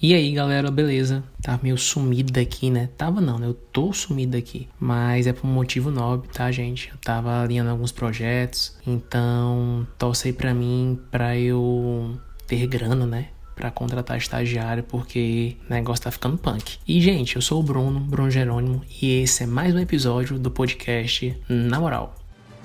E aí galera, beleza? Tava meio sumido daqui, né? Tava não, né? Eu tô sumido daqui. Mas é por um motivo nobre, tá, gente? Eu tava alinhando alguns projetos. Então, torce aí pra mim, pra eu ter grana, né? Pra contratar estagiário, porque o negócio tá ficando punk. E, gente, eu sou o Bruno Jerônimo. E esse é mais um episódio do podcast Na Moral.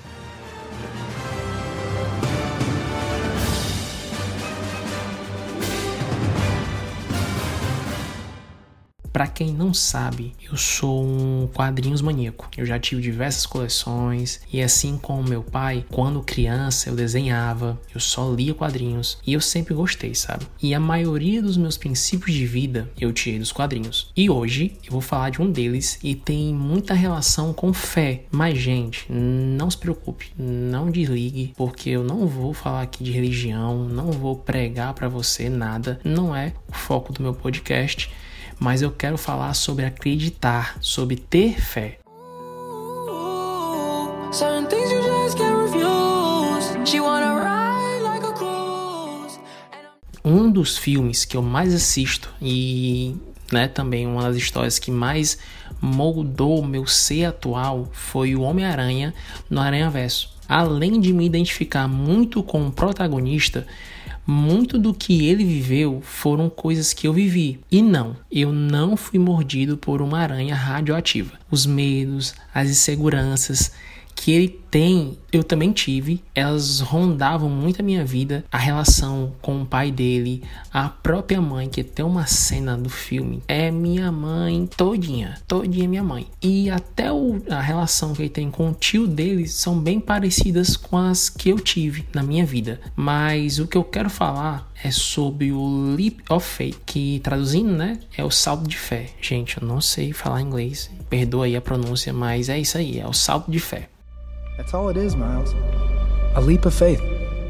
Pra quem não sabe, eu sou um quadrinhos maníaco. Eu já tive diversas coleções e assim como meu pai, quando criança eu desenhava, eu só lia quadrinhos e eu sempre gostei, sabe? E a maioria dos meus princípios de vida eu tirei dos quadrinhos. E hoje eu vou falar de um deles e tem muita relação com fé. Mas gente, não se preocupe, não desligue, porque eu não vou falar aqui de religião, não vou pregar pra você nada, não é o foco do meu podcast. Mas eu quero falar sobre acreditar, sobre ter fé. Um dos filmes que eu mais assisto e também uma das histórias que mais moldou o meu ser atual foi o Homem-Aranha no Aranhaverso. Além de me identificar muito com o protagonista, muito do que ele viveu foram coisas que eu vivi. E não, eu não fui mordido por uma aranha radioativa. Os medos, as inseguranças que ele tem, eu também tive. Elas rondavam muito a minha vida. A relação com o pai dele, a própria mãe, que tem uma cena do filme, é minha mãe todinha minha mãe. E até a relação que ele tem com o tio dele são bem parecidas com as que eu tive na minha vida. Mas o que eu quero falar é sobre o Leap of Faith, que traduzindo, é o salto de fé. Gente, eu não sei falar inglês, perdoa aí a pronúncia, mas é isso aí, é o salto de fé. That's all it is, Miles. A leap of faith.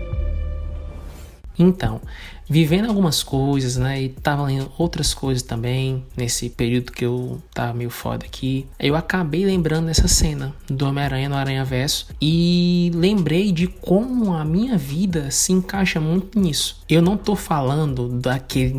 Então, vivendo algumas coisas, e tava lendo outras coisas também, nesse período que eu tava meio foda aqui, eu acabei lembrando dessa cena do Homem-Aranha no Aranhaverso e lembrei de como a minha vida se encaixa muito nisso. Eu não tô falando daquele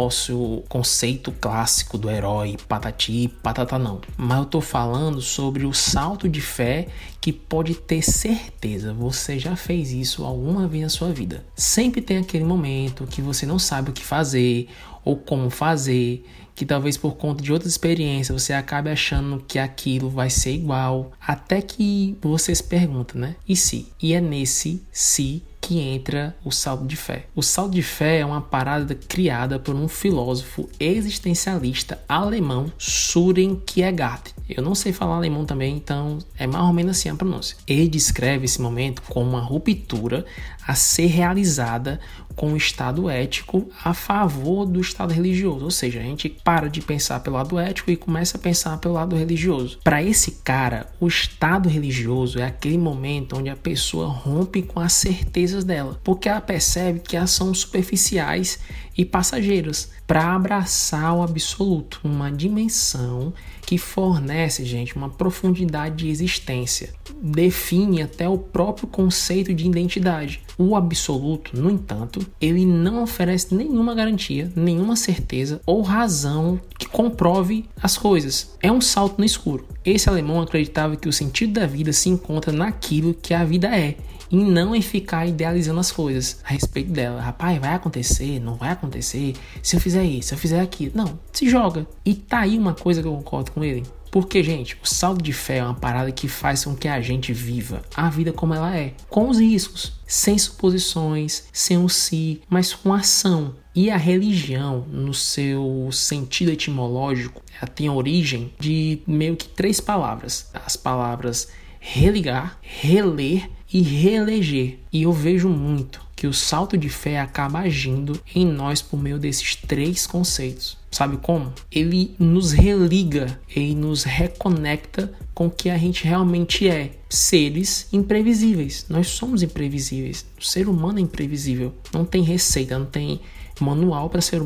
conceito clássico do herói, patati, patata não, mas eu tô falando sobre o salto de fé que pode ter certeza, você já fez isso alguma vez na sua vida. Sempre tem aquele momento que você não sabe o que fazer ou como fazer, que talvez por conta de outras experiências você acabe achando que aquilo vai ser igual, até que você se pergunta, e se? E é nesse se que entra o salto de fé. O salto de fé é uma parada criada por um filósofo existencialista alemão, Søren Kierkegaard. Eu não sei falar alemão também, então é mais ou menos assim a pronúncia. Ele descreve esse momento como uma ruptura a ser realizada com o estado ético a favor do estado religioso. Ou seja, a gente para de pensar pelo lado ético e começa a pensar pelo lado religioso. Para esse cara, o estado religioso é aquele momento onde a pessoa rompe com as certezas dela, porque ela percebe que elas são superficiais e passageiras, para abraçar o absoluto, uma dimensão que fornece, gente, uma profundidade de existência, define até o próprio conceito de identidade. O absoluto, no entanto, ele não oferece nenhuma garantia, nenhuma certeza ou razão que comprove as coisas. É um salto no escuro. Esse alemão acreditava que o sentido da vida se encontra naquilo que a vida é, e não em ficar idealizando as coisas a respeito dela. Rapaz, vai acontecer, não vai acontecer, se eu fizer isso, se eu fizer aquilo. Não, se joga. E tá aí uma coisa que eu concordo com ele. Porque, gente, o salto de fé é uma parada que faz com que a gente viva a vida como ela é, com os riscos, sem suposições, sem o si, mas com ação. E a religião, no seu sentido etimológico, ela tem origem de meio que 3 palavras. As palavras religar, reler e reeleger. E eu vejo muito que o salto de fé acaba agindo em nós por meio desses 3 conceitos. Sabe como? Ele nos religa, ele nos reconecta com o que a gente realmente é. Seres imprevisíveis. Nós somos imprevisíveis. O ser humano é imprevisível. Não tem receita, não tem manual para ser humano.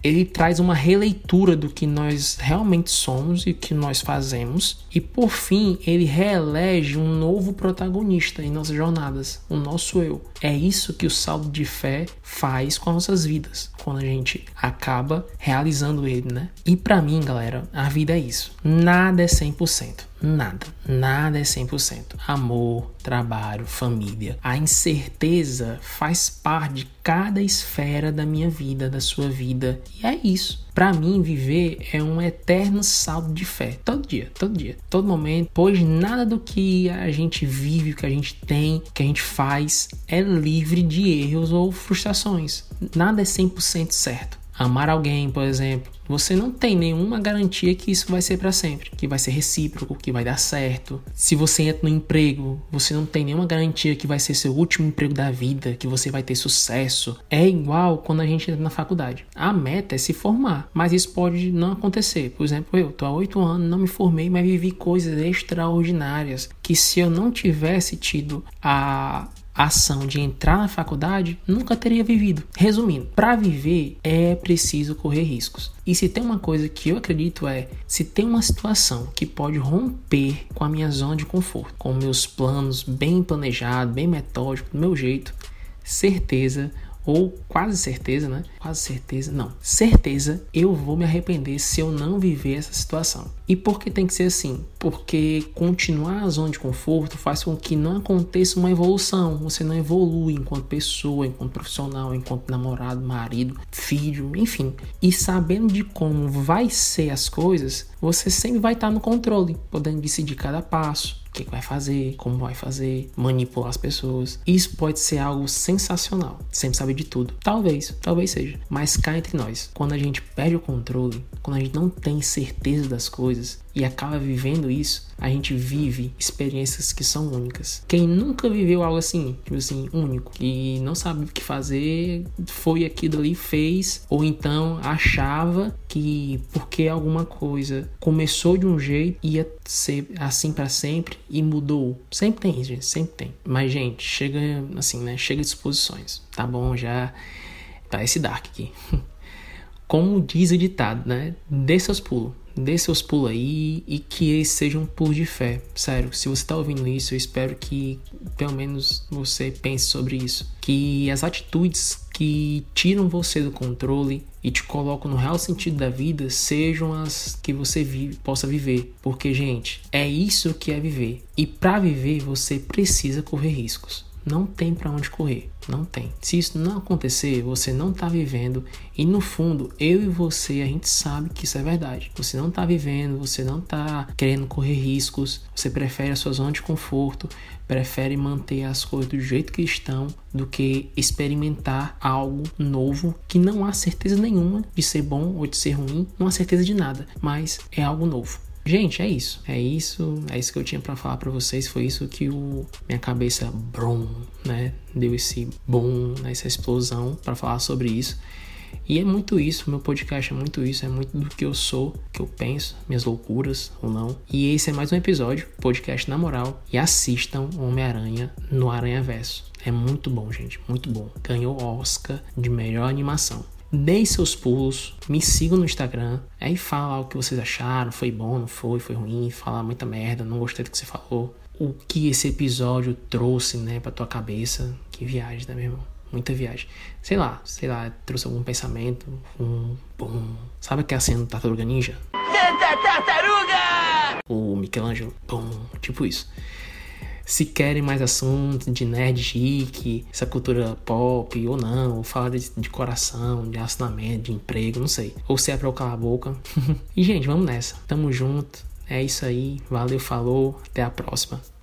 ele traz uma releitura do que nós realmente somos e o que nós fazemos. E por fim, ele reelege um novo protagonista em nossas jornadas, o nosso eu. É isso que o salto de fé faz com as nossas vidas, quando a gente acaba realizando ele, né? E pra mim, galera, a vida é isso. Nada é 100%. Nada é 100%. Amor, trabalho, família. A incerteza faz parte de cada esfera da minha vida, da sua vida. E é isso. Pra mim, viver é um eterno salto de fé. Todo dia, todo momento. Pois nada do que a gente vive, o que a gente tem, o que a gente faz é livre de erros ou frustrações. Nada é 100% certo. Amar alguém, por exemplo, você não tem nenhuma garantia que isso vai ser para sempre, que vai ser recíproco, que vai dar certo. Se você entra no emprego, você não tem nenhuma garantia que vai ser seu último emprego da vida, que você vai ter sucesso. É igual quando a gente entra na faculdade. A meta é se formar, mas isso pode não acontecer. Por exemplo, eu tô há 8 anos, não me formei, mas vivi coisas extraordinárias que se eu não tivesse tido a ação de entrar na faculdade, nunca teria vivido. Resumindo, para viver é preciso correr riscos. E se tem uma coisa que eu acredito se tem uma situação que pode romper com a minha zona de conforto, com meus planos bem planejados, bem metódicos, do meu jeito, certeza, ou quase certeza, né? Certeza eu vou me arrepender se eu não viver essa situação. E por que tem que ser assim? Porque continuar a zona de conforto faz com que não aconteça uma evolução. Você não evolui enquanto pessoa, enquanto profissional, enquanto namorado, marido, filho, enfim. E sabendo de como vai ser as coisas, você sempre vai estar no controle, podendo decidir cada passo. O que vai fazer, como vai fazer, manipular as pessoas. Isso pode ser algo sensacional. Sempre saber de tudo. Talvez seja. Mas cá entre nós, quando a gente perde o controle, quando a gente não tem certeza das coisas e acaba vivendo isso, a gente vive experiências que são únicas. Quem nunca viveu algo assim, único, e não sabe o que fazer, foi aquilo ali, fez, ou então achava que porque alguma coisa começou de um jeito, ia ser assim pra sempre e mudou. Sempre tem, gente, sempre tem. Mas, gente, chega assim, né? Chega de suposições. Tá bom, já tá esse dark aqui. Como diz o ditado, né? Dê seus pulos aí e que eles sejam pulos de fé. Sério, se você tá ouvindo isso, eu espero que pelo menos você pense sobre isso. Que as atitudes que tiram você do controle e te colocam no real sentido da vida sejam as que você possa viver. Porque, gente, é isso que é viver. E para viver, você precisa correr riscos. Não tem pra onde correr, não tem. Se isso não acontecer, você não tá vivendo. E no fundo, eu e você, a gente sabe que isso é verdade. Você não tá vivendo, você não tá querendo correr riscos. Você prefere a sua zona de conforto, prefere manter as coisas do jeito que estão, do que experimentar algo novo que não há certeza nenhuma de ser bom ou de ser ruim. Não há certeza de nada, mas é algo novo. Gente, é isso que eu tinha pra falar pra vocês. Foi isso que minha cabeça né, deu esse boom, né, essa explosão pra falar sobre isso. E é muito isso, meu podcast é muito isso, é muito do que eu sou, que eu penso, minhas loucuras ou não. E esse é mais um episódio, podcast na moral, e assistam Homem-Aranha no Aranhaverso. É muito bom, gente, muito bom. Ganhou Oscar de melhor animação. Deem seus pulos, me sigam no Instagram, aí fala o que vocês acharam, foi bom, não foi ruim, fala muita merda, não gostei do que você falou, o que esse episódio trouxe, né, pra tua cabeça. Que viagem, né, meu irmão? Muita viagem. Sei lá, trouxe algum pensamento, sabe aquela cena do Tartaruga Ninja? Santa Tartaruga! O Michelangelo, tipo isso. Se querem mais assuntos de nerd geek, essa cultura pop ou não, ou falar de coração, de relacionamento, de emprego, não sei. Ou se é pra eu calar a boca. E, gente, vamos nessa. Tamo junto. É isso aí. Valeu, falou. Até a próxima.